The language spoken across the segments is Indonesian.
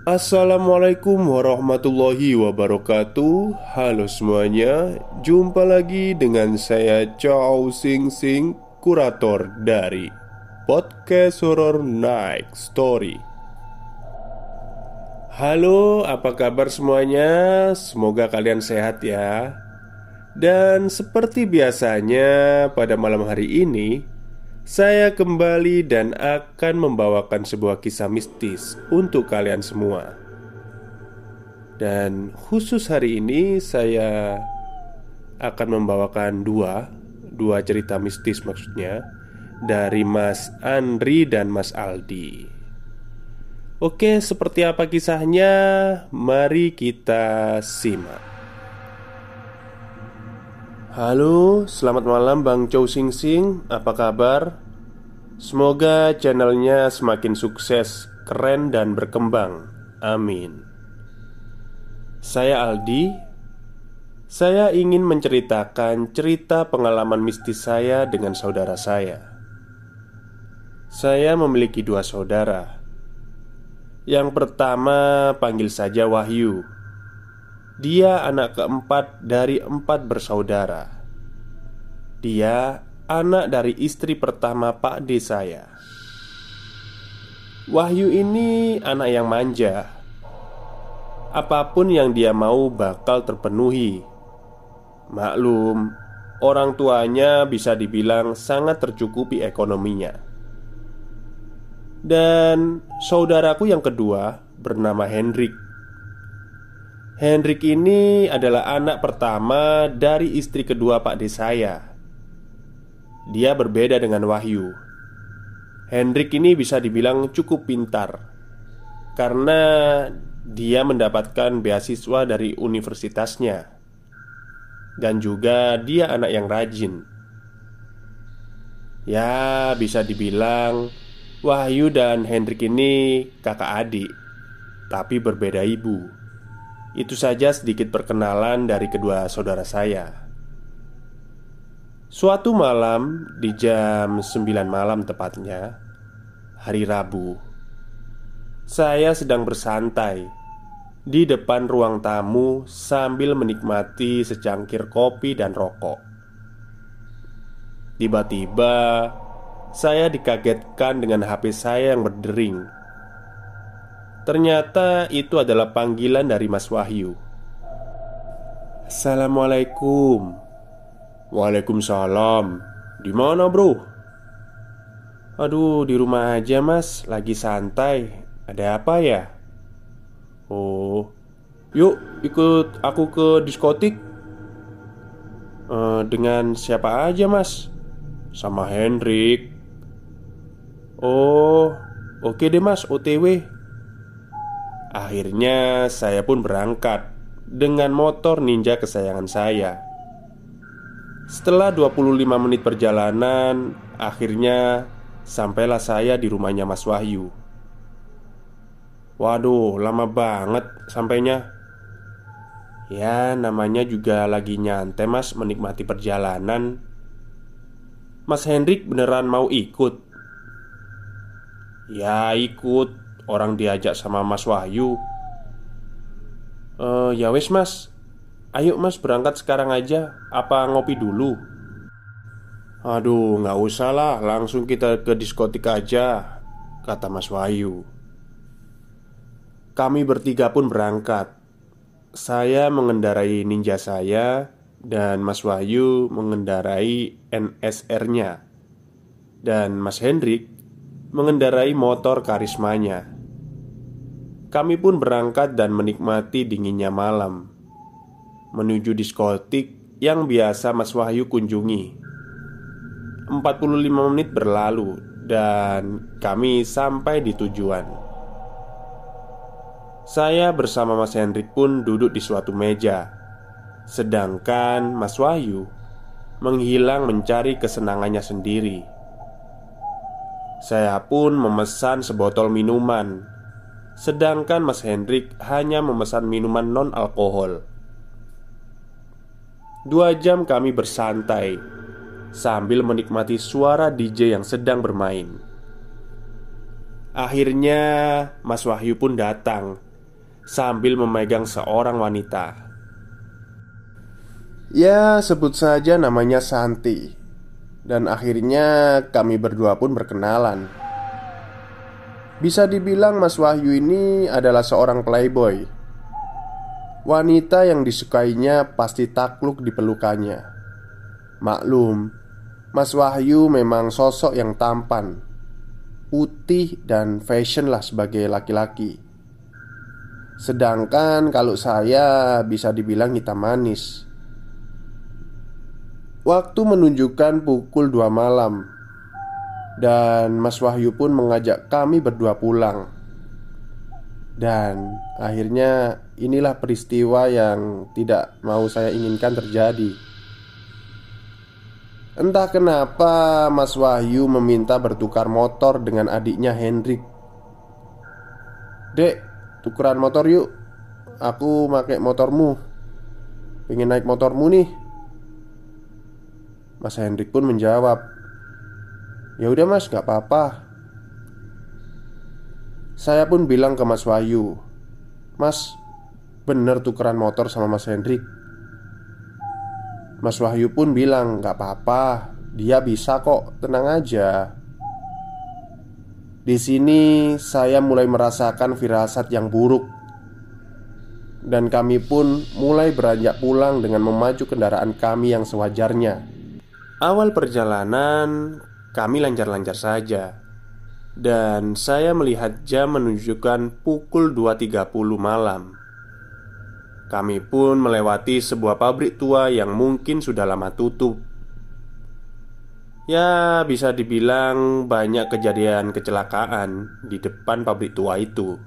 Assalamualaikum warahmatullahi wabarakatuh. Halo semuanya, jumpa lagi dengan saya Chow Sing Sing, kurator dari Podcast Horror Night Story. Halo, apa kabar semuanya? Semoga kalian sehat ya. Dan seperti biasanya pada malam hari ini saya kembali dan akan membawakan sebuah kisah mistis untuk kalian semua. Dan khusus hari ini saya akan membawakan dua cerita mistis maksudnya, dari Mas Andri dan Mas Aldi. Oke, seperti apa kisahnya? Mari kita simak. Halo, selamat malam Bang Chow Sing Sing, apa kabar? Semoga channelnya semakin sukses, keren dan berkembang, amin. Saya Aldi. Saya ingin menceritakan cerita pengalaman mistis saya dengan saudara saya. Saya memiliki dua saudara. Yang pertama panggil saja Wahyu. Dia anak keempat dari 4 bersaudara. Dia anak dari istri pertama Pak D saya. Wahyu ini anak yang manja. Apapun yang dia mau bakal terpenuhi. Maklum, orang tuanya bisa dibilang sangat tercukupi ekonominya. Dan saudaraku yang kedua bernama Hendrik. Hendrik ini adalah anak pertama dari istri kedua Pak D saya. Dia berbeda dengan Wahyu. Hendrik ini bisa dibilang cukup pintar karena dia mendapatkan beasiswa dari universitasnya. Dan juga dia anak yang rajin. Ya, bisa dibilang Wahyu dan Hendrik ini kakak adik, tapi berbeda ibu. Itu saja sedikit perkenalan dari kedua saudara saya. Suatu malam di jam 9 malam tepatnya, hari Rabu, saya sedang bersantai di depan ruang tamu sambil menikmati secangkir kopi dan rokok. Tiba-tiba saya dikagetkan dengan HP saya yang berdering. Ternyata itu adalah panggilan dari Mas Wahyu. Assalamualaikum. Waalaikumsalam. Di mana bro? Aduh, di rumah aja mas, lagi santai. Ada apa ya? Oh, yuk ikut aku ke diskotik. Dengan siapa aja mas? Sama Hendrik. Oh, oke deh mas, OTW. Akhirnya saya pun berangkat dengan motor ninja kesayangan saya. Setelah 25 menit perjalanan, akhirnya sampailah saya di rumahnya Mas Wahyu. Waduh, lama banget sampainya. Ya, namanya juga lagi nyantai mas, menikmati perjalanan. Mas Hendrik beneran mau ikut? Ya ikut, orang diajak sama Mas Wahyu. Ya wes mas, ayo mas berangkat sekarang aja. Apa ngopi dulu? Aduh gak usah lah, langsung kita ke diskotik aja, kata Mas Wahyu. Kami bertiga pun berangkat. Saya mengendarai ninja saya dan Mas Wahyu mengendarai NSR-nya. Dan Mas Hendrik mengendarai motor karismanya. Kami pun berangkat dan menikmati dinginnya malam menuju diskotik yang biasa Mas Wahyu kunjungi. 45 menit berlalu dan kami sampai di tujuan. Saya bersama Mas Hendrik pun duduk di suatu meja, sedangkan Mas Wahyu menghilang mencari kesenangannya sendiri. Saya pun memesan sebotol minuman, sedangkan Mas Hendrik hanya memesan minuman non-alkohol. 2 jam kami bersantai sambil menikmati suara DJ yang sedang bermain. Akhirnya Mas Wahyu pun datang sambil memegang seorang wanita. Ya, sebut saja namanya Santi. Dan akhirnya kami berdua pun berkenalan. Bisa dibilang Mas Wahyu ini adalah seorang playboy. Wanita yang disukainya pasti takluk di pelukannya. Maklum, Mas Wahyu memang sosok yang tampan, putih dan fashion lah sebagai laki-laki. Sedangkan kalau saya bisa dibilang hitam manis. Waktu menunjukkan pukul 2 malam, dan Mas Wahyu pun mengajak kami berdua pulang. Dan akhirnya inilah peristiwa yang tidak mau saya inginkan terjadi. Entah kenapa Mas Wahyu meminta bertukar motor dengan adiknya Hendrik. "Dek, tukeran motor yuk. Aku pakai motormu. Pengen naik motormu nih." Mas Hendrik pun menjawab, "Ya udah mas, gak apa-apa." Saya pun bilang ke Mas Wahyu, "Mas, bener tukeran motor sama Mas Hendrik." Mas Wahyu pun bilang, "Gak apa-apa, dia bisa kok, tenang aja." Di sini saya mulai merasakan firasat yang buruk. Dan kami pun mulai beranjak pulang dengan memacu kendaraan kami yang sewajarnya. Awal perjalanan kami lancar-lancar saja. Dan saya melihat jam menunjukkan pukul 2.30 malam. Kami pun melewati sebuah pabrik tua yang mungkin sudah lama tutup. Ya, bisa dibilang banyak kejadian kecelakaan di depan pabrik tua itu.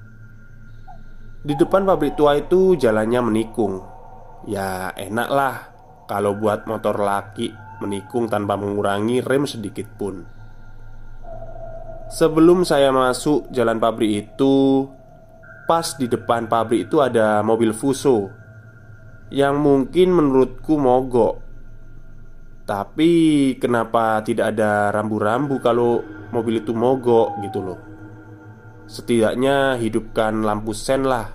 Di depan pabrik tua itu jalannya menikung. Ya, enak lah kalau buat motor laki menikung tanpa mengurangi rem sedikit pun. Sebelum saya masuk jalan pabrik itu, pas di depan pabrik itu ada mobil Fuso yang mungkin menurutku mogok. Tapi kenapa tidak ada rambu-rambu kalau mobil itu mogok gitu loh. Setidaknya hidupkan lampu sen lah.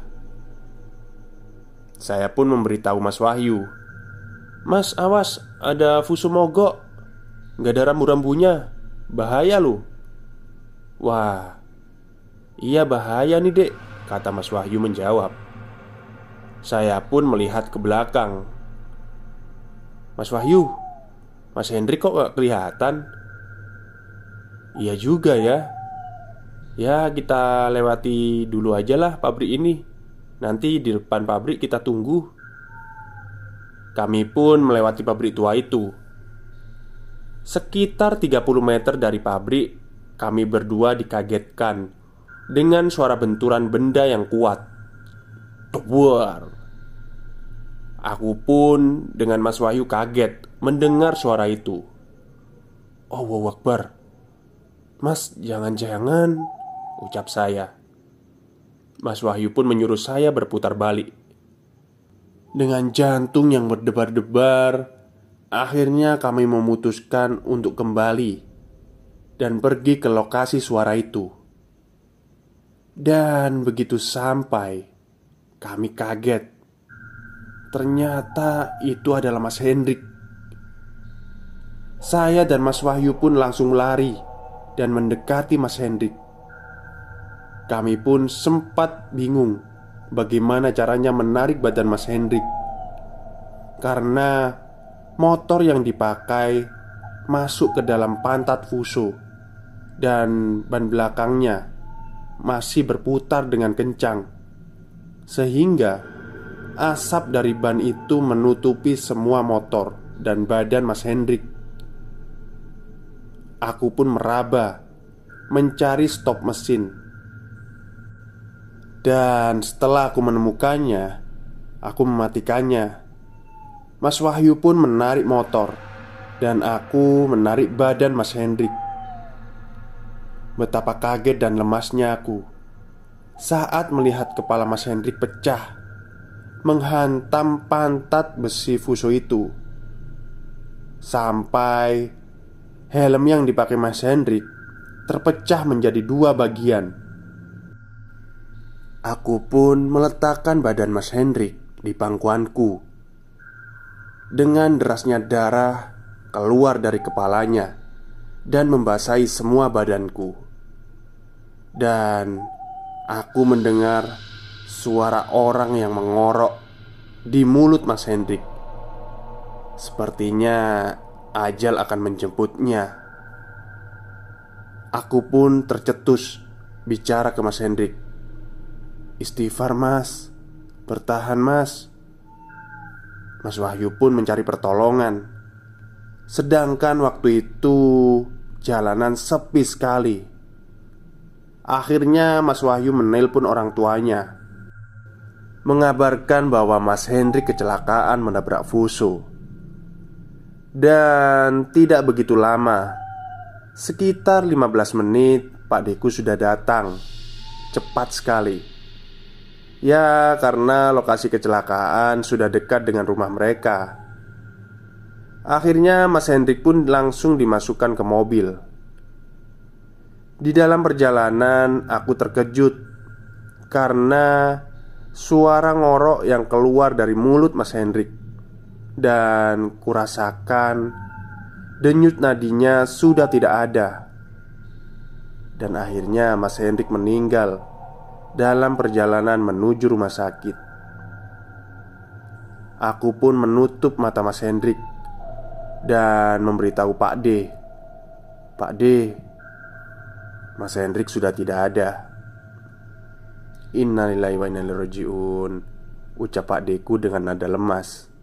Saya pun memberitahu Mas Wahyu, "Mas, awas, ada Fuso mogok. Gak ada rambu-rambunya. Bahaya loh." "Wah, iya bahaya nih dek," kata Mas Wahyu menjawab. Saya pun melihat ke belakang. "Mas Wahyu, Mas Hendrik kok gak kelihatan?" "Iya juga ya. Ya kita lewati dulu aja lah pabrik ini. Nanti di depan pabrik kita tunggu." Kami pun melewati pabrik tua itu. Sekitar 30 meter dari pabrik, kami berdua dikagetkan dengan suara benturan benda yang kuat. Duar. Aku pun dengan Mas Wahyu kaget mendengar suara itu. "Allahu Akbar. Mas, jangan-jangan," ucap saya. Mas Wahyu pun menyuruh saya berputar balik. Dengan jantung yang berdebar-debar, akhirnya kami memutuskan untuk kembali dan pergi ke lokasi suara itu. Dan begitu sampai, kami kaget. Ternyata itu adalah Mas Hendrik. Saya dan Mas Wahyu pun langsung lari dan mendekati Mas Hendrik. Kami pun sempat bingung bagaimana caranya menarik badan Mas Hendrik, karena motor yang dipakai masuk ke dalam pantat Fuso dan ban belakangnya masih berputar dengan kencang, sehingga asap dari ban itu menutupi semua motor dan badan Mas Hendrik. Aku pun meraba mencari stop mesin. Dan setelah aku menemukannya, aku mematikannya. Mas Wahyu pun menarik motor, dan aku menarik badan Mas Hendrik. Betapa kaget dan lemasnya aku saat melihat kepala Mas Hendrik pecah, menghantam pantat besi Fuso itu, sampai helm yang dipakai Mas Hendrik terpecah menjadi 2 bagian. Aku pun meletakkan badan Mas Hendrik di pangkuanku. Dengan derasnya darah keluar dari kepalanya dan membasahi semua badanku. Dan aku mendengar suara orang yang mengorok di mulut Mas Hendrik. Sepertinya ajal akan menjemputnya. Aku pun tercetus bicara ke Mas Hendrik. "Istighfar mas, bertahan mas." Mas Wahyu pun mencari pertolongan. Sedangkan waktu itu jalanan sepi sekali. Akhirnya Mas Wahyu menelpon orang tuanya, mengabarkan bahwa Mas Hendrik kecelakaan menabrak Fuso. Dan tidak begitu lama, sekitar 15 menit Pak Deku sudah datang. Cepat sekali. Ya, karena lokasi kecelakaan sudah dekat dengan rumah mereka. Akhirnya Mas Hendrik pun langsung dimasukkan ke mobil. Di dalam perjalanan aku terkejut karena suara ngorok yang keluar dari mulut Mas Hendrik. Dan kurasakan denyut nadinya sudah tidak ada. Dan akhirnya Mas Hendrik meninggal dalam perjalanan menuju rumah sakit. Aku pun menutup mata Mas Hendrik dan memberitahu Pak D, "Pak D, Mas Hendrik sudah tidak ada." "Innalillahi wa inna ilaihi raji'un," ucap Pak Deku dengan nada lemas.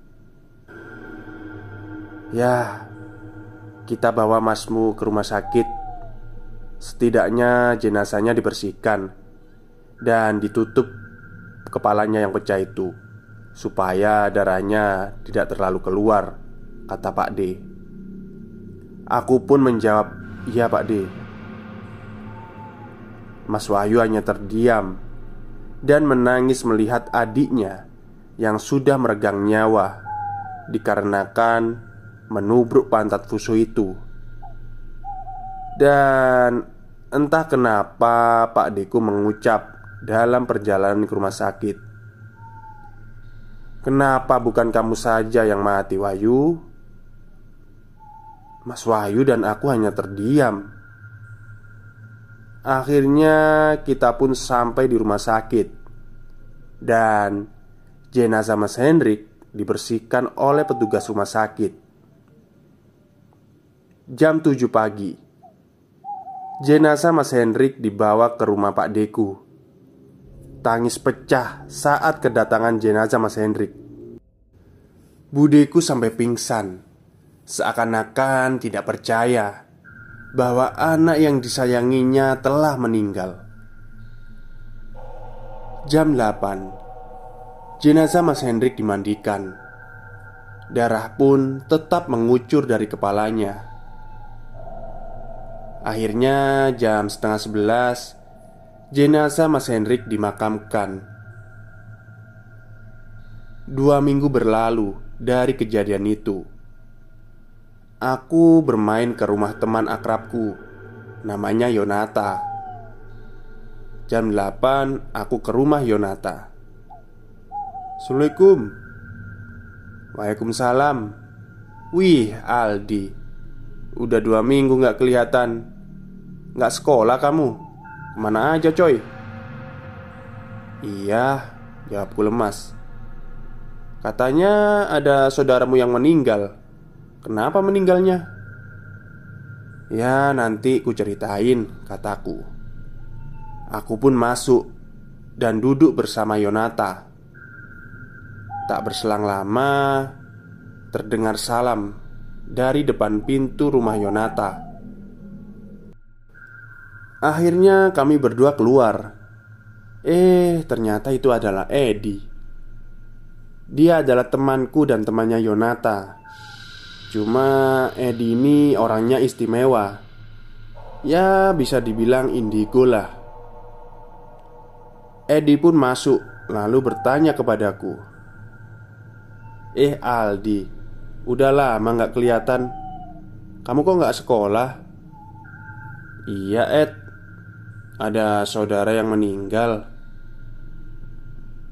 "Ya, kita bawa masmu ke rumah sakit. Setidaknya jenazahnya dibersihkan dan ditutup kepalanya yang pecah itu, supaya darahnya tidak terlalu keluar," kata Pak D. Aku pun menjawab, "Iya Pak D." Mas Wahyu hanya terdiam dan menangis melihat adiknya yang sudah meregang nyawa dikarenakan menubruk pantat Fuso itu. Dan entah kenapa Pak Deku mengucap dalam perjalanan ke rumah sakit, "Kenapa bukan kamu saja yang mati, Wahyu?" Mas Wahyu dan aku hanya terdiam. Akhirnya kita pun sampai di rumah sakit. Dan jenazah Mas Hendrik dibersihkan oleh petugas rumah sakit. Jam 7 pagi, jenazah Mas Hendrik dibawa ke rumah Pak Deku. Tangis pecah saat kedatangan jenazah Mas Hendrik. Budeku sampai pingsan, seakan-akan tidak percaya bahwa anak yang disayanginya telah meninggal. Jam 8, jenazah Mas Hendrik dimandikan. Darah pun tetap mengucur dari kepalanya. Akhirnya jam setengah 11, jenazah Mas Hendrik dimakamkan. 2 minggu berlalu dari kejadian itu. Aku bermain ke rumah teman akrabku, namanya Yonata. Jam 8 aku ke rumah Yonata. "Assalamualaikum." "Waalaikumsalam." "Wih Aldi, udah 2 minggu gak kelihatan. Gak sekolah kamu? Kemana aja coy?" "Iya," jawabku lemas. "Katanya ada saudaramu yang meninggal. Kenapa meninggalnya?" "Ya nanti ku ceritain," kataku. Aku pun masuk dan duduk bersama Yonata. Tak berselang lama, terdengar salam dari depan pintu rumah Yonata. Akhirnya kami berdua keluar. Ternyata itu adalah Edi. Dia adalah temanku dan temannya Yonata. Cuma Edi ini orangnya istimewa. Ya bisa dibilang indigo lah. Edi pun masuk lalu bertanya kepadaku, Aldi, udah lama gak kelihatan. Kamu kok gak sekolah?" "Iya Ed, ada saudara yang meninggal.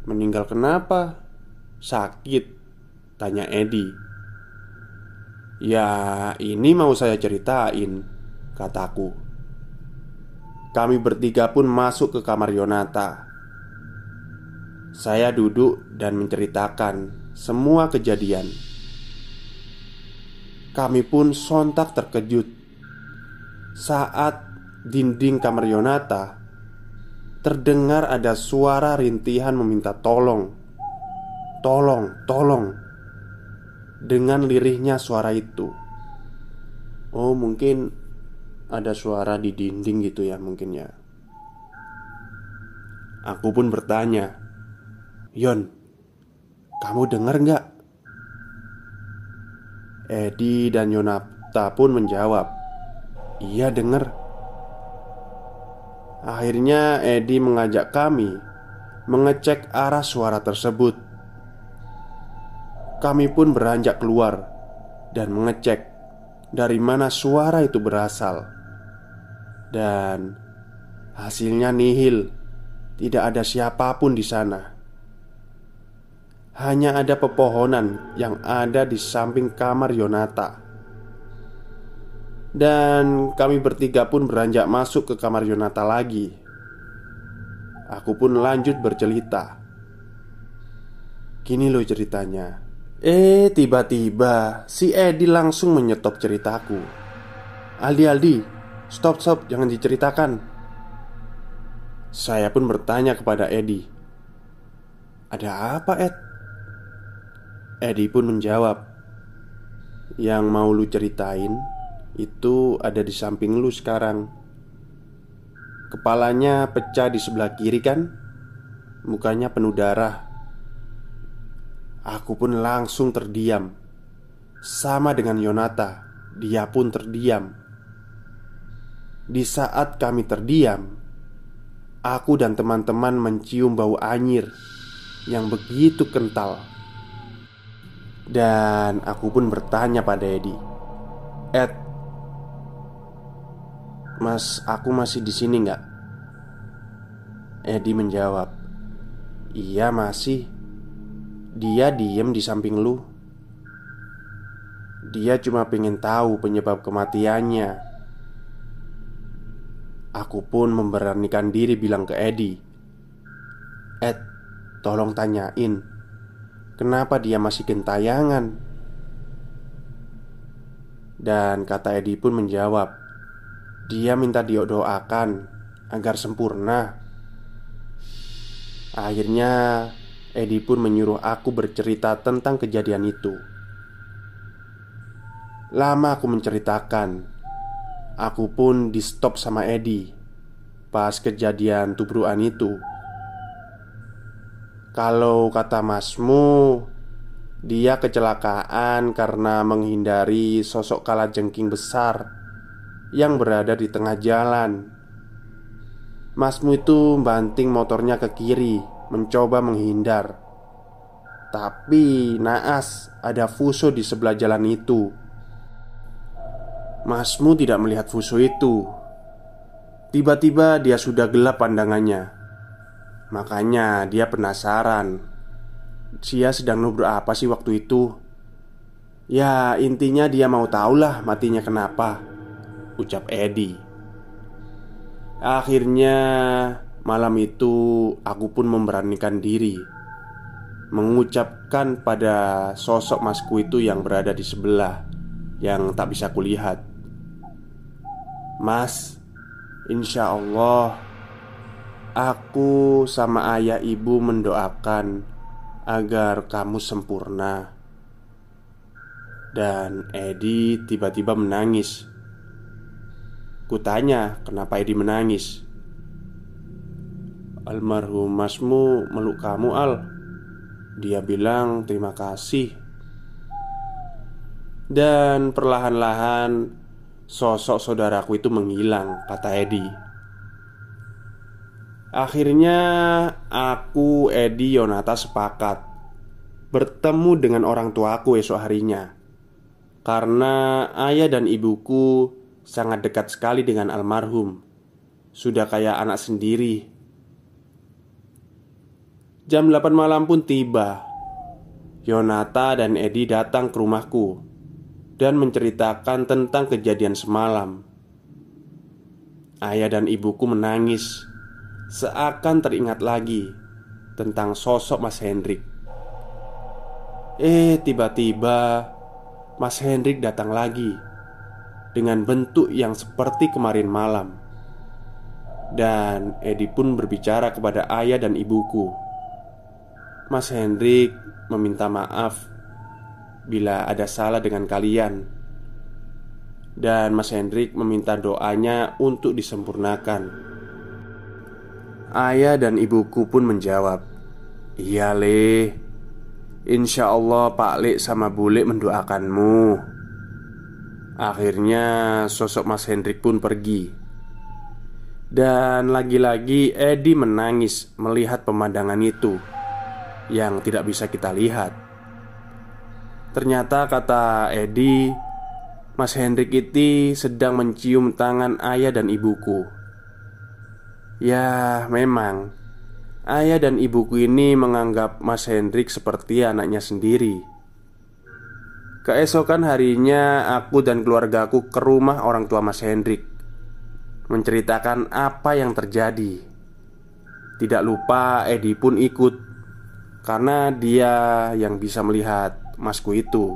"Meninggal kenapa? Sakit?" tanya Edi. "Ya, ini mau saya ceritain," kataku. Kami bertiga pun masuk ke kamar Yonata. Saya duduk dan menceritakan semua kejadian. Kami pun sontak terkejut saat dinding kamar Yonata terdengar ada suara rintihan meminta tolong. Tolong, tolong. Dengan lirihnya suara itu. Oh, mungkin ada suara di dinding gitu ya, mungkin ya. Aku pun bertanya, "Yon, kamu dengar nggak?" Edi dan Yonata pun menjawab, "Iya, dengar." Akhirnya Edi mengajak kami mengecek arah suara tersebut. Kami pun beranjak keluar dan mengecek dari mana suara itu berasal. Dan hasilnya nihil. Tidak ada siapapun di sana. Hanya ada pepohonan yang ada di samping kamar Yonata. Dan kami bertiga pun beranjak masuk ke kamar Yonata lagi. Aku pun lanjut bercerita. Gini loh ceritanya. Tiba-tiba si Edi langsung menyetop ceritaku. Aldi, stop, jangan diceritakan." Saya pun bertanya kepada Edi, "Ada apa, Ed?" Edi pun menjawab, "Yang mau lu ceritain itu ada di samping lu sekarang. Kepalanya pecah di sebelah kiri kan? Mukanya penuh darah." Aku pun langsung terdiam. Sama dengan Yonata, dia pun terdiam. Di saat kami terdiam, aku dan teman-teman mencium bau anyir yang begitu kental. Dan aku pun bertanya pada Edi, "Ed, Mas, aku masih di sini nggak?" Edi menjawab, "Iya masih. Dia diem di samping lu. Dia cuma pengen tahu penyebab kematiannya." Aku pun memberanikan diri bilang ke Edi, "Ed, tolong tanyain, kenapa dia masih gentayangan?" Dan kata Edi pun menjawab, "Dia minta doakan agar sempurna." Akhirnya Edi pun menyuruh aku bercerita tentang kejadian itu. Lama aku menceritakan. Aku pun di stop sama Edi pas kejadian tubrukan itu. Kalau kata masmu, dia kecelakaan karena menghindari sosok kalajengking besar yang berada di tengah jalan. Masmu itu banting motornya ke kiri, mencoba menghindar. Tapi naas, ada Fuso di sebelah jalan itu. Masmu tidak melihat Fuso itu. Tiba-tiba dia sudah gelap pandangannya. Makanya dia penasaran, dia sedang nubrak apa sih waktu itu. Ya intinya dia mau tahulah matinya kenapa, ucap Edi. Akhirnya malam itu aku pun memberanikan diri mengucapkan pada sosok masku itu yang berada di sebelah, yang tak bisa kulihat, "Mas, insya Allah aku sama ayah ibu mendoakan agar kamu sempurna." Dan Edi tiba-tiba menangis. Kutanya, "Kenapa Edi menangis?" "Almarhum masmu meluk kamu, Al. Dia bilang terima kasih." Dan perlahan-lahan sosok saudaraku itu menghilang, kata Edi. Akhirnya aku, Edi, Yonata sepakat bertemu dengan orang tuaku esok harinya. Karena ayah dan ibuku sangat dekat sekali dengan almarhum. Sudah kayak anak sendiri. Jam 8 malam pun tiba. Yonata dan Edi datang ke rumahku dan menceritakan tentang kejadian semalam. Ayah dan ibuku menangis, seakan teringat lagi tentang sosok Mas Hendrik. Tiba-tiba Mas Hendrik datang lagi dengan bentuk yang seperti kemarin malam. Dan Edi pun berbicara kepada ayah dan ibuku. Mas Hendrik meminta maaf bila ada salah dengan kalian. Dan Mas Hendrik meminta doanya untuk disempurnakan. Ayah dan ibuku pun menjawab, "Iya Le, insya Allah Pak Le sama Bu Le mendoakanmu." Akhirnya sosok Mas Hendrik pun pergi. Dan lagi-lagi Edi menangis melihat pemandangan itu yang tidak bisa kita lihat. Ternyata kata Edi, Mas Hendrik itu sedang mencium tangan ayah dan ibuku. Ya memang ayah dan ibuku ini menganggap Mas Hendrik seperti anaknya sendiri. Keesokan harinya aku dan keluargaku ke rumah orang tua Mas Hendrik menceritakan apa yang terjadi. Tidak lupa Edi pun ikut, karena dia yang bisa melihat masku itu.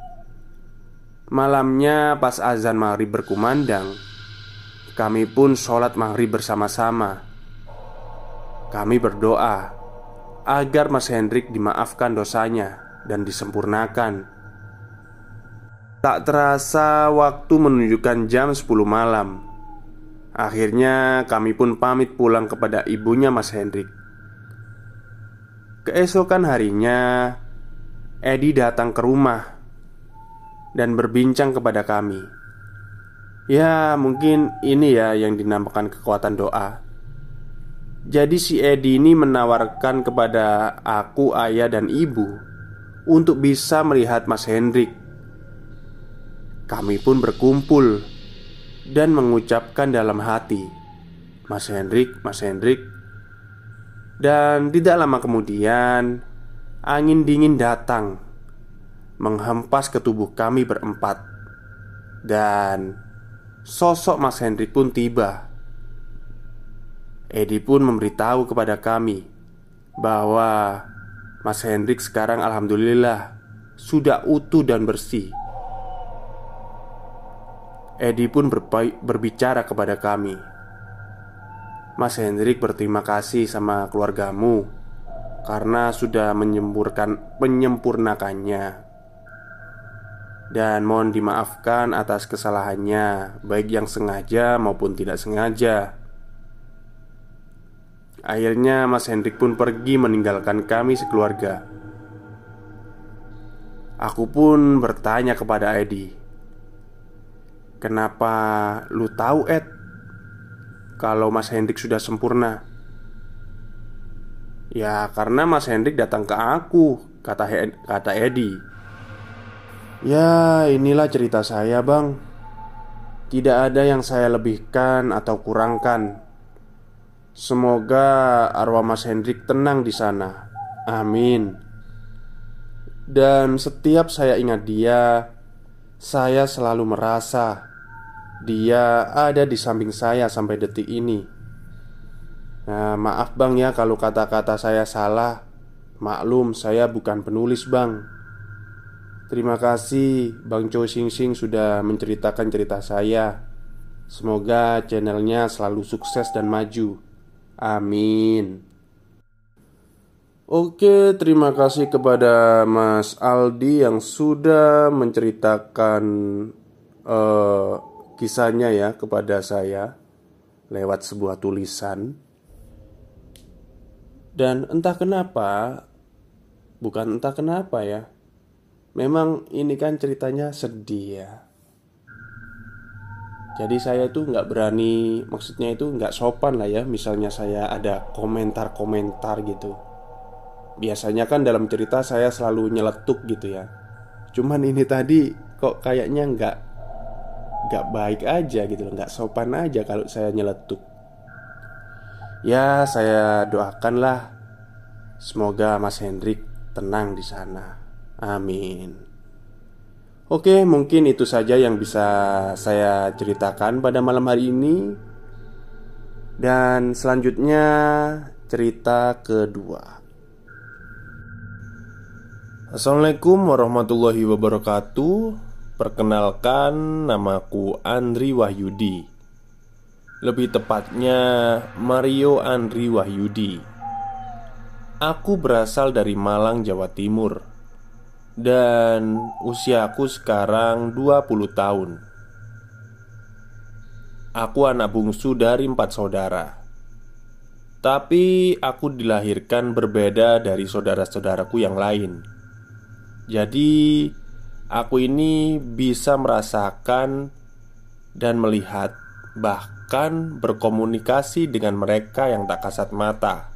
Malamnya pas azan maghrib berkumandang, kami pun sholat maghrib bersama-sama. Kami berdoa agar Mas Hendrik dimaafkan dosanya dan disempurnakan. Tak terasa waktu menunjukkan jam 10 malam. Akhirnya kami pun pamit pulang kepada ibunya Mas Hendrik. Keesokan harinya Edi datang ke rumah dan berbincang kepada kami. Ya mungkin ini ya yang dinamakan kekuatan doa. Jadi si Edi ini menawarkan kepada aku, ayah dan ibu untuk bisa melihat Mas Hendrik. Kami pun berkumpul dan mengucapkan dalam hati, "Mas Hendrik, Mas Hendrik." Dan tidak lama kemudian angin dingin datang menghempas ke tubuh kami berempat. Dan sosok Mas Hendrik pun tiba. Edi pun memberitahu kepada kami bahwa Mas Hendrik sekarang alhamdulillah sudah utuh dan bersih. Edi pun berbicara kepada kami, "Mas Hendrik berterima kasih sama keluargamu karena sudah menyempurnakannya. Dan mohon dimaafkan atas kesalahannya, baik yang sengaja maupun tidak sengaja." Akhirnya Mas Hendrik pun pergi meninggalkan kami sekeluarga. Aku pun bertanya kepada Edi, "Kenapa lu tahu Ed kalau Mas Hendrik sudah sempurna?" "Ya karena Mas Hendrik datang ke aku," kata Edi. "Ya inilah cerita saya bang. Tidak ada yang saya lebihkan atau kurangkan. Semoga arwah Mas Hendrik tenang di sana. Amin. Dan setiap saya ingat dia, saya selalu merasa dia ada di samping saya sampai detik ini. Nah, maaf bang ya kalau kata-kata saya salah. Maklum saya bukan penulis bang. Terima kasih Bang Choi Sing Sing sudah menceritakan cerita saya. Semoga channelnya selalu sukses dan maju. Amin." Oke, terima kasih kepada Mas Aldi yang sudah menceritakan kisahnya ya kepada saya lewat sebuah tulisan. Dan entah kenapa, bukan entah kenapa ya, memang ini kan ceritanya sedih ya. Jadi saya itu nggak berani, maksudnya itu nggak sopan lah ya. Misalnya saya ada komentar-komentar gitu. Biasanya kan dalam cerita saya selalu nyeletuk gitu ya. Cuman ini tadi kok kayaknya nggak baik aja gitu loh, nggak sopan aja kalau saya nyeletuk. Ya saya doakanlah Semoga Mas Hendrik tenang di sana. Amin. Oke, mungkin itu saja yang bisa saya ceritakan pada malam hari ini. Dan selanjutnya cerita kedua. Assalamualaikum warahmatullahi wabarakatuh. Perkenalkan, namaku Andri Wahyudi. Lebih tepatnya Mario Andri Wahyudi. Aku berasal dari Malang, Jawa Timur. Dan usiaku sekarang 20 tahun. Aku anak bungsu dari 4 saudara. Tapi aku dilahirkan berbeda dari saudara-saudaraku yang lain. Jadi aku ini bisa merasakan dan melihat, bahkan berkomunikasi dengan mereka yang tak kasat mata.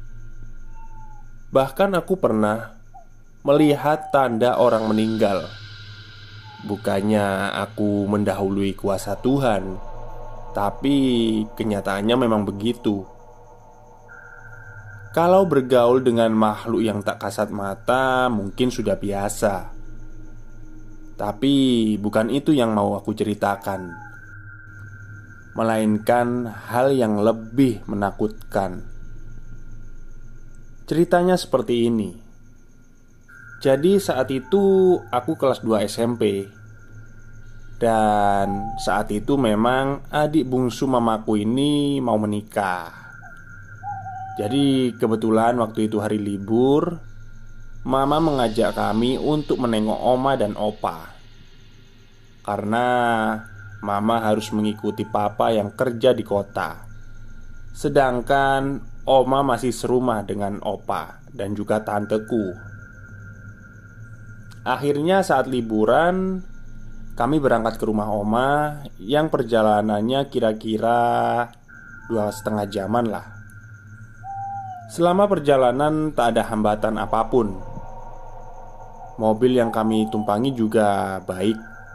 Bahkan aku pernah melihat tanda orang meninggal. Bukannya aku mendahului kuasa Tuhan, tapi kenyataannya memang begitu. Kalau bergaul dengan makhluk yang tak kasat mata mungkin sudah biasa. Tapi bukan itu yang mau aku ceritakan, melainkan hal yang lebih menakutkan. Ceritanya seperti ini. Jadi saat itu aku kelas 2 SMP. Dan saat itu memang adik bungsu mamaku ini mau menikah. Jadi kebetulan waktu itu hari libur, mama mengajak kami untuk menengok oma dan opa. Karena mama harus mengikuti papa yang kerja di kota. Sedangkan oma masih serumah dengan opa dan juga tanteku. Akhirnya saat liburan, kami berangkat ke rumah oma yang perjalanannya kira-kira 2,5 jaman lah. Selama perjalanan tak ada hambatan apapun. Mobil yang kami tumpangi juga baik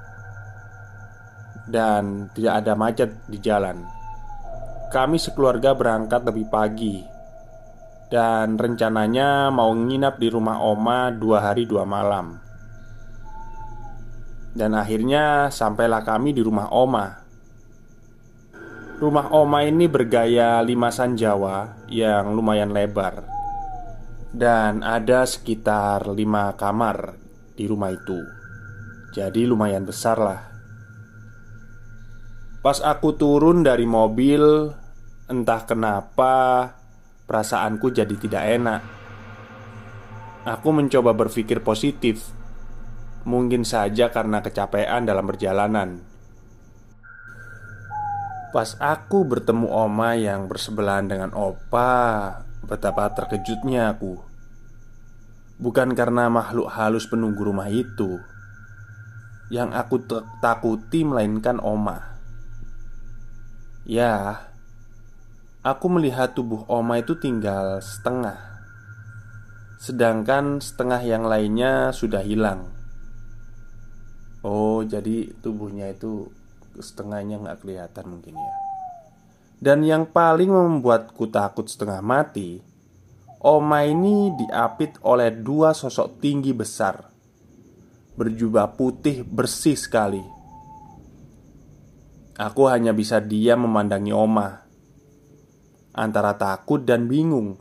dan tidak ada macet di jalan. Kami sekeluarga berangkat lebih pagi. Dan rencananya mau nginap di rumah oma 2 hari 2 malam. Dan akhirnya sampailah kami di rumah oma. Rumah oma ini bergaya limasan Jawa yang lumayan lebar. Dan ada sekitar 5 kamar di rumah itu. Jadi lumayan besar lah. Pas aku turun dari mobil, entah kenapa perasaanku jadi tidak enak. Aku mencoba berpikir positif. Mungkin saja karena kecapean dalam perjalanan. Pas aku bertemu oma yang bersebelahan dengan opa, betapa terkejutnya aku. Bukan karena makhluk halus penunggu rumah itu. Yang aku takuti melainkan oma. Ya, aku melihat tubuh oma itu tinggal setengah. Sedangkan setengah yang lainnya sudah hilang. Oh, jadi tubuhnya itu setengahnya nggak kelihatan mungkin ya. Dan yang paling membuatku takut setengah mati, oma ini diapit oleh 2 sosok tinggi besar, berjubah putih bersih sekali. Aku hanya bisa diam memandangi oma, antara takut dan bingung.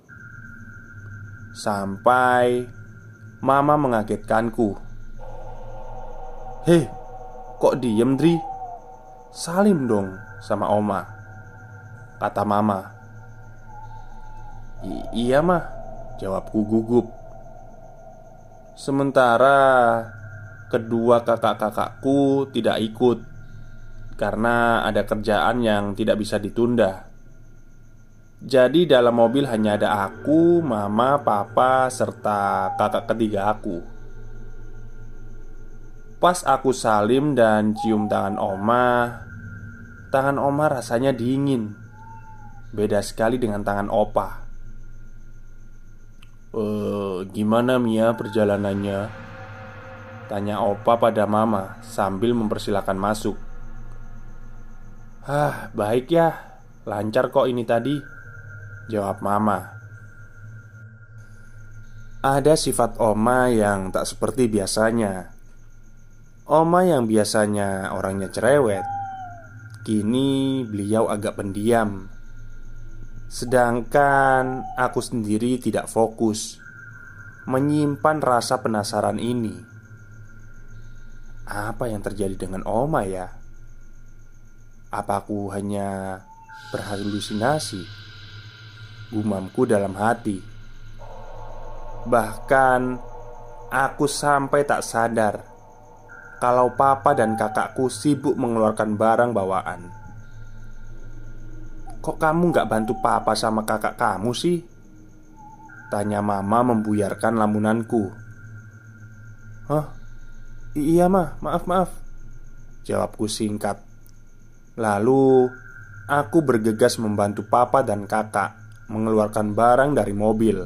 Sampai mama mengagetkanku. "Hei, kok diem, Dri? Salim dong sama oma," kata mama. Iya mah," jawabku gugup. Sementara kedua kakak-kakakku tidak ikut karena ada kerjaan yang tidak bisa ditunda. Jadi dalam mobil hanya ada aku, mama, papa, serta kakak ketiga aku. Pas aku salim dan cium tangan oma rasanya dingin. Beda sekali dengan tangan opa. Gimana Mia perjalanannya?" tanya opa pada mama sambil mempersilahkan masuk. Baik ya, lancar kok ini tadi," jawab mama. Ada sifat Oma yang tak seperti biasanya. Oma yang biasanya orangnya cerewet, kini beliau agak pendiam. Sedangkan aku sendiri tidak fokus, menyimpan rasa penasaran ini. Apa yang terjadi dengan Oma ya? Apa aku hanya berhalusinasi? Gumamku dalam hati. Bahkan aku sampai tak sadar kalau papa dan kakakku sibuk mengeluarkan barang bawaan. "Kok kamu gak bantu papa sama kakak kamu sih?" tanya mama membuyarkan lamunanku. "Hah? Iya mah, maaf. Jawabku singkat. Lalu aku bergegas membantu papa dan kakak mengeluarkan barang dari mobil.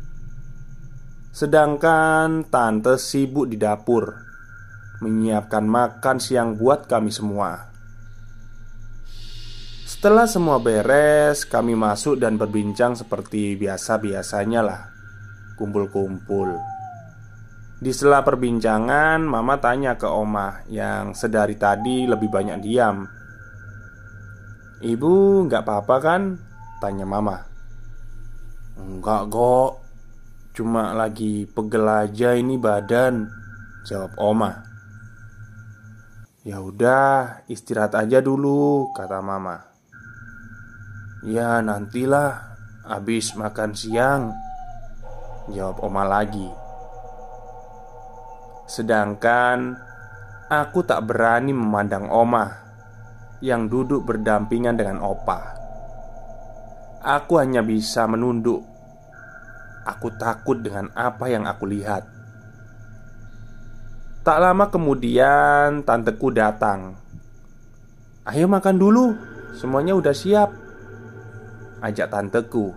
Sedangkan tante sibuk di dapur menyiapkan makan siang buat kami semua. Setelah semua beres, kami masuk dan berbincang seperti biasa-biasanya lah, kumpul-kumpul. Di sela perbincangan, mama tanya ke Oma yang sedari tadi lebih banyak diam. "Ibu nggak apa-apa kan?" tanya mama. "Enggak kok, cuma lagi pegel aja ini badan," jawab Oma. "Ya udah, istirahat aja dulu," kata mama. "Ya nantilah, habis makan siang," jawab Oma lagi. Sedangkan aku tak berani memandang Oma yang duduk berdampingan dengan Opa. Aku hanya bisa menunduk. Aku takut dengan apa yang aku lihat. Tak lama kemudian tanteku datang. "Ayo makan dulu, semuanya udah siap," ajak tanteku.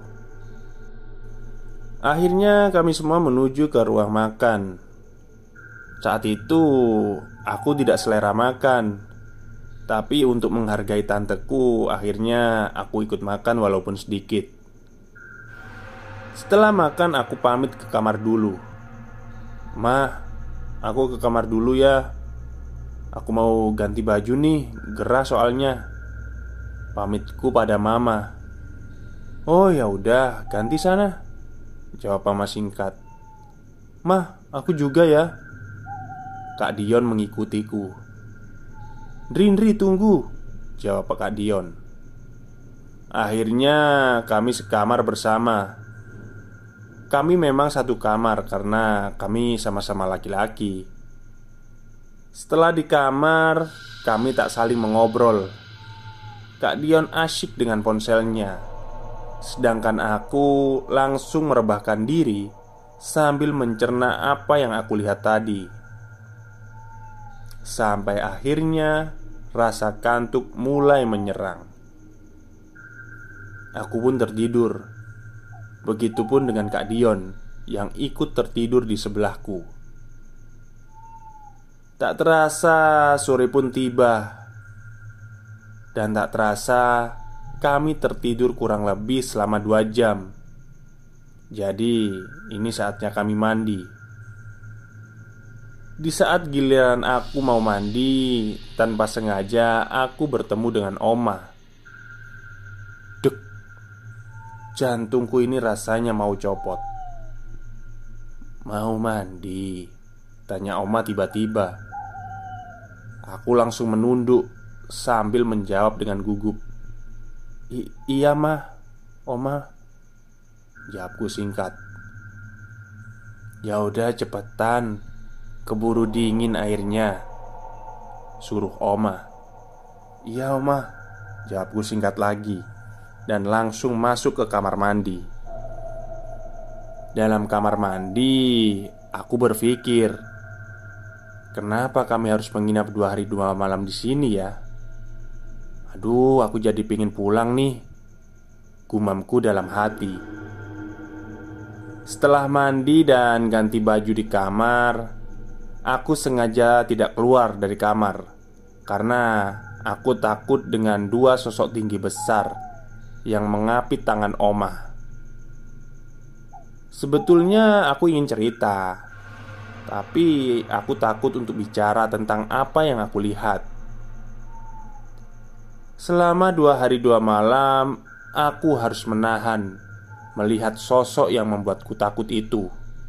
Akhirnya kami semua menuju ke ruang makan. Saat itu aku tidak selera makan, tapi untuk menghargai tanteku, akhirnya aku ikut makan walaupun sedikit. Setelah makan aku pamit ke kamar dulu. "Mah, aku ke kamar dulu ya. Aku mau ganti baju nih, gerah soalnya," pamitku pada mama. "Oh ya udah, ganti sana," jawab mama singkat. "Mah, aku juga ya." Kak Dion mengikutiku. "Rindri tunggu," jawab Kak Dion. Akhirnya kami sekamar bersama. Kami memang satu kamar karena kami sama-sama laki-laki. Setelah di kamar, kami tak saling mengobrol. Kak Dion asyik dengan ponselnya, sedangkan aku langsung merebahkan diri sambil mencerna apa yang aku lihat tadi. Sampai akhirnya rasa kantuk mulai menyerang. Aku pun tertidur. Begitupun dengan Kak Dion yang ikut tertidur di sebelahku. Tak terasa sore pun tiba. Dan tak terasa kami tertidur kurang lebih selama 2 jam. Jadi ini saatnya kami mandi. Di saat giliran aku mau mandi, tanpa sengaja aku bertemu dengan Oma. Dek, jantungku ini rasanya mau copot. "Mau mandi?" tanya Oma tiba-tiba. Aku langsung menunduk sambil menjawab dengan gugup. Iya mah, Oma," jawabku singkat. "Ya udah cepetan, keburu dingin airnya," suruh Oma. "Iya Oma," jawabku singkat lagi dan langsung masuk ke kamar mandi. Dalam kamar mandi, aku berpikir, kenapa kami harus menginap 2 hari 2 malam di sini ya? Aduh, aku jadi pingin pulang nih, gumamku dalam hati. Setelah mandi dan ganti baju di kamar, aku sengaja tidak keluar dari kamar karena aku takut dengan 2 sosok tinggi besar yang mengapit tangan Oma. Sebetulnya aku ingin cerita, tapi aku takut untuk bicara tentang apa yang aku lihat. Selama 2 hari 2 malam, aku harus menahan melihat sosok yang membuatku takut itu.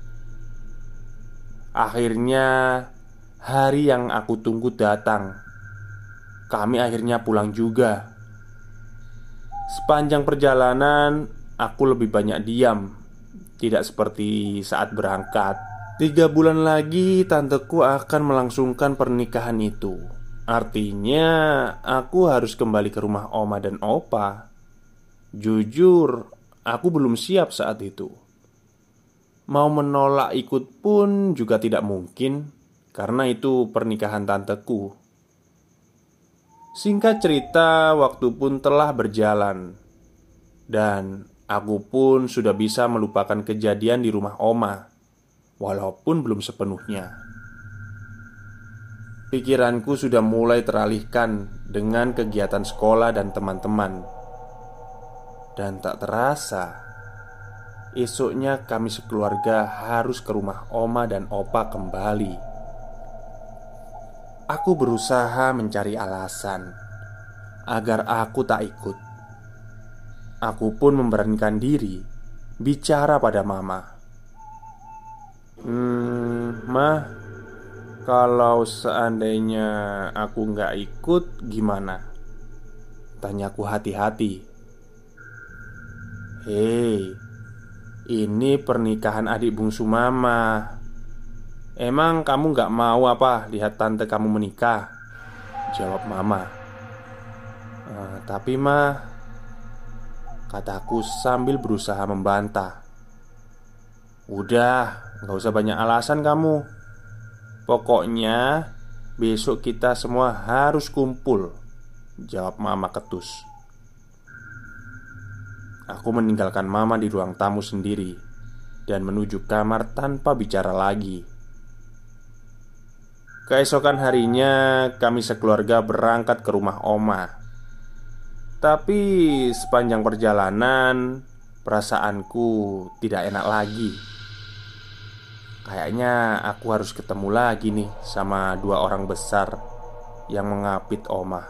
Akhirnya, hari yang aku tunggu datang. Kami akhirnya pulang juga. Sepanjang perjalanan, aku lebih banyak diam. Tidak seperti saat berangkat. 3 bulan lagi tanteku akan melangsungkan pernikahan itu. Artinya aku harus kembali ke rumah oma dan opa. Jujur, aku belum siap saat itu. Mau menolak ikut pun juga tidak mungkin, karena itu pernikahan tanteku. Singkat cerita, waktu pun telah berjalan, dan aku pun sudah bisa melupakan kejadian di rumah oma, walaupun belum sepenuhnya. Pikiranku sudah mulai teralihkan dengan kegiatan sekolah dan teman-teman. Dan tak terasa, esoknya kami sekeluarga harus ke rumah oma dan opa kembali. Aku berusaha mencari alasan agar aku tak ikut. Aku pun memberanikan diri bicara pada mama. Mah, kalau seandainya aku nggak ikut gimana? Tanyaku hati-hati. Hei, ini pernikahan adik bungsu mama. Emang kamu gak mau apa lihat tante kamu menikah? Jawab mama. Tapi mah, kataku sambil berusaha membantah. Udah, gak usah banyak alasan kamu. Pokoknya besok kita semua harus kumpul, jawab mama ketus. Aku meninggalkan mama di ruang tamu sendiri dan menuju kamar tanpa bicara lagi. Keesokan harinya, kami sekeluarga berangkat ke rumah oma. Tapi sepanjang perjalanan, perasaanku tidak enak lagi. Kayaknya aku harus ketemu lagi nih sama 2 orang besar yang mengapit oma.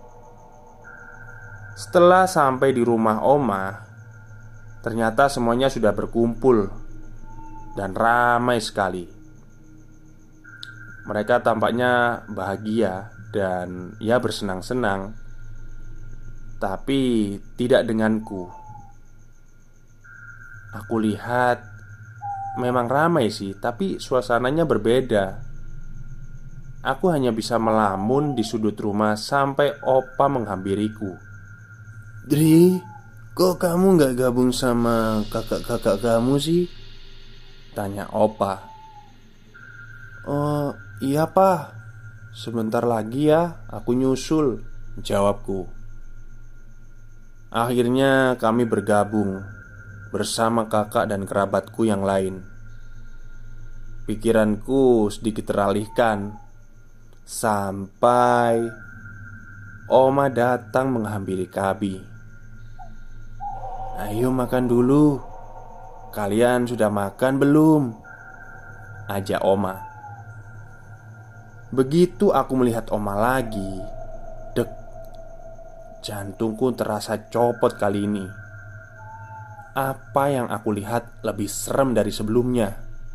Setelah sampai di rumah oma, ternyata semuanya sudah berkumpul dan ramai sekali. Mereka tampaknya bahagia dan ya bersenang-senang. Tapi tidak denganku. Aku lihat memang ramai sih, tapi suasananya berbeda. Aku hanya bisa melamun di sudut rumah sampai opa menghampiriku. Dri, kok kamu gak gabung sama kakak-kakak kamu sih? Tanya opa. Oh, iya pak. Sebentar lagi ya, aku nyusul, jawabku. Akhirnya kami bergabung bersama kakak dan kerabatku yang lain. Pikiranku sedikit teralihkan sampai oma datang menghampiri kami. Ayo makan dulu. Kalian sudah makan belum? Ajak oma. Begitu aku melihat oma lagi, dek, jantungku terasa copot kali ini. Apa yang aku lihat lebih serem dari sebelumnya.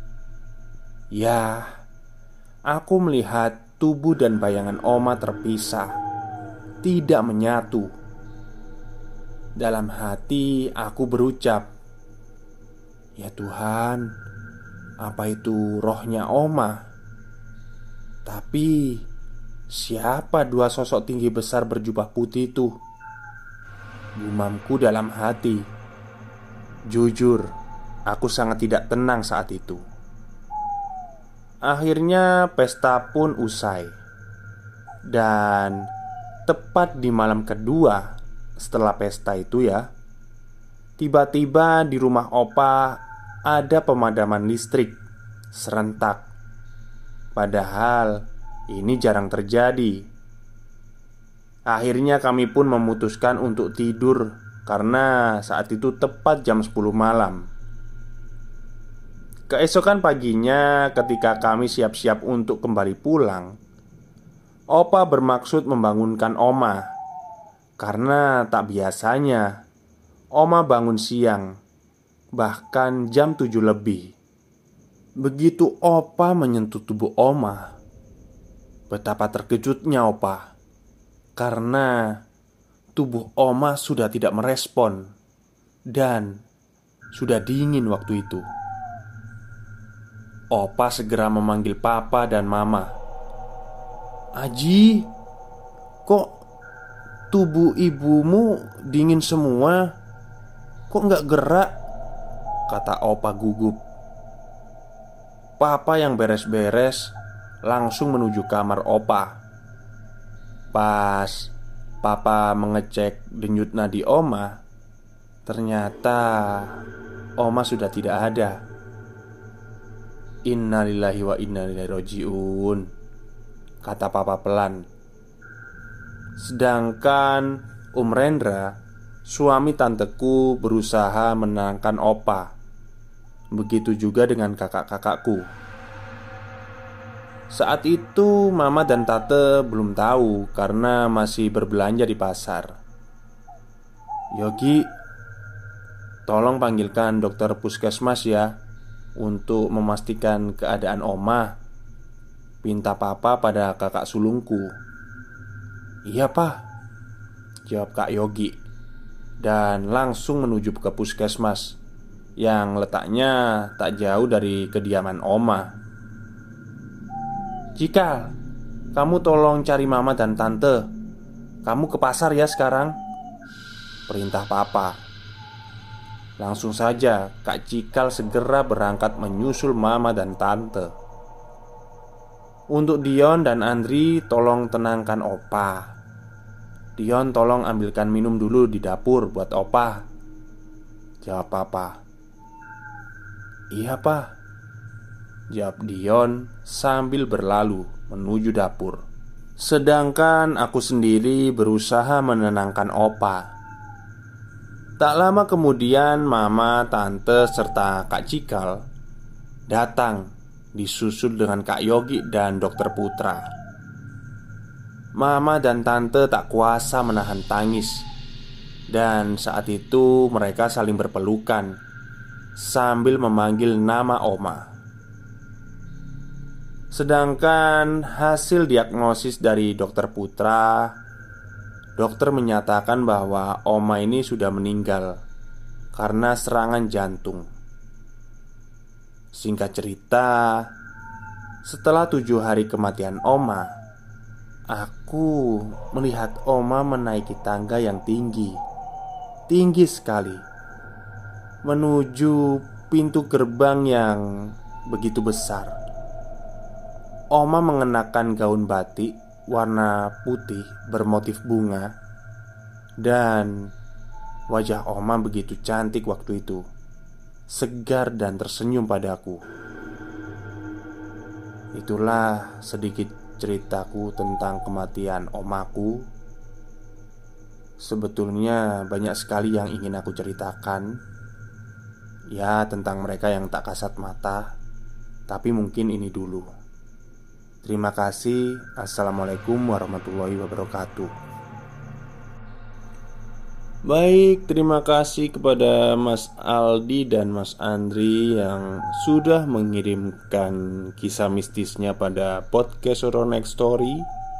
Ya, aku melihat tubuh dan bayangan oma terpisah, tidak menyatu. Dalam hati aku berucap, ya Tuhan, apa itu rohnya oma? Tapi siapa 2 sosok tinggi besar berjubah putih itu? Gumamku dalam hati. Jujur, aku sangat tidak tenang saat itu. Akhirnya pesta pun usai. Dan tepat di malam kedua setelah pesta itu ya, tiba-tiba di rumah opa ada pemadaman listrik serentak. Padahal ini jarang terjadi. Akhirnya kami pun memutuskan untuk tidur karena saat itu tepat jam 10 malam. Keesokan paginya, ketika kami siap-siap untuk kembali pulang, Opa bermaksud membangunkan Oma. Karena tak biasanya Oma bangun siang, bahkan jam 7 lebih. Begitu Opa menyentuh tubuh Oma, betapa terkejutnya Opa, karena tubuh Oma sudah tidak merespon dan sudah dingin waktu itu. Opa segera memanggil Papa dan Mama. "Aji, kok tubuh ibumu dingin semua? Kok nggak gerak?" kata Opa gugup. Papa yang beres-beres langsung menuju kamar Opa. Pas Papa mengecek denyut nadi Oma, ternyata Oma sudah tidak ada. "Innalillahi wa inna ilaihi rajiun," kata Papa pelan. Sedangkan Om Rendra, suami tanteku, berusaha menenangkan Opa. Begitu juga dengan kakak-kakakku. Saat itu Mama dan Tante belum tahu karena masih berbelanja di pasar. "Yogi, tolong panggilkan dokter puskesmas ya, untuk memastikan keadaan Oma," pinta Papa pada kakak sulungku. "Iya Pak," jawab Kak Yogi, dan langsung menuju ke puskesmas yang letaknya tak jauh dari kediaman Oma. "Cikal, kamu tolong cari Mama dan Tante. Kamu ke pasar ya sekarang," perintah Papa. Langsung saja Kak Cikal segera berangkat menyusul Mama dan Tante. "Untuk Dion dan Andri, tolong tenangkan Opa. Dion tolong ambilkan minum dulu di dapur buat Opa," jawab Papa. "Iya Pak," jawab Dion sambil berlalu menuju dapur. Sedangkan aku sendiri berusaha menenangkan Opa. Tak lama kemudian Mama, Tante, serta Kak Cikal datang, disusul dengan Kak Yogi dan Dokter Putra. Mama dan Tante tak kuasa menahan tangis, dan saat itu mereka saling berpelukan sambil memanggil nama Oma. Sedangkan hasil diagnosis dari Dokter Putra, dokter menyatakan bahwa Oma ini sudah meninggal karena serangan jantung. Singkat cerita, setelah 7 hari kematian Oma, aku melihat Oma menaiki tangga yang tinggi, tinggi sekali, menuju pintu gerbang yang begitu besar. Oma mengenakan gaun batik warna putih bermotif bunga, dan wajah Oma begitu cantik waktu itu, segar dan tersenyum padaku. Itulah sedikit ceritaku tentang kematian omaku. Sebetulnya banyak sekali yang ingin aku ceritakan, ya, tentang mereka yang tak kasat mata, tapi mungkin ini dulu. Terima kasih. Assalamualaikum warahmatullahi wabarakatuh. Baik, terima kasih kepada Mas Aldi dan Mas Andri yang sudah mengirimkan kisah mistisnya pada podcast Horror Next Story.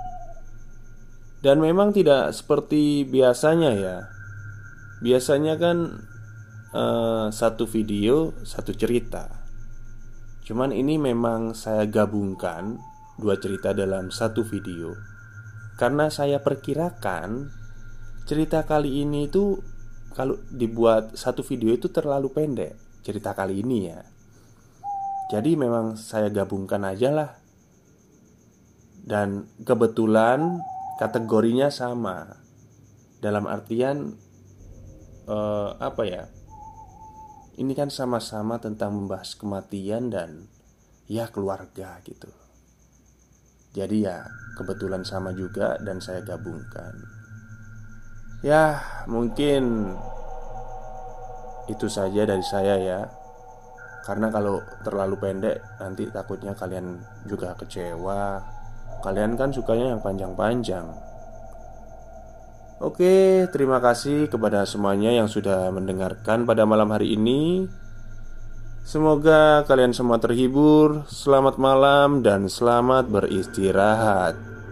Dan memang tidak seperti biasanya ya. Biasanya kan satu video, satu cerita. Cuman ini memang saya gabungkan 2 cerita dalam satu video, karena saya perkirakan cerita kali ini itu kalau dibuat satu video itu terlalu pendek, cerita kali ini ya. Jadi memang saya gabungkan aja lah. Dan kebetulan kategorinya sama. Dalam artian apa ya, ini kan sama-sama tentang membahas kematian dan ya keluarga gitu. Jadi ya kebetulan sama juga dan saya gabungkan. Ya mungkin itu saja dari saya ya. Karena kalau terlalu pendek nanti takutnya kalian juga kecewa. Kalian kan sukanya yang panjang-panjang. Oke, terima kasih kepada semuanya yang sudah mendengarkan pada malam hari ini. Semoga kalian semua terhibur. Selamat malam dan selamat beristirahat.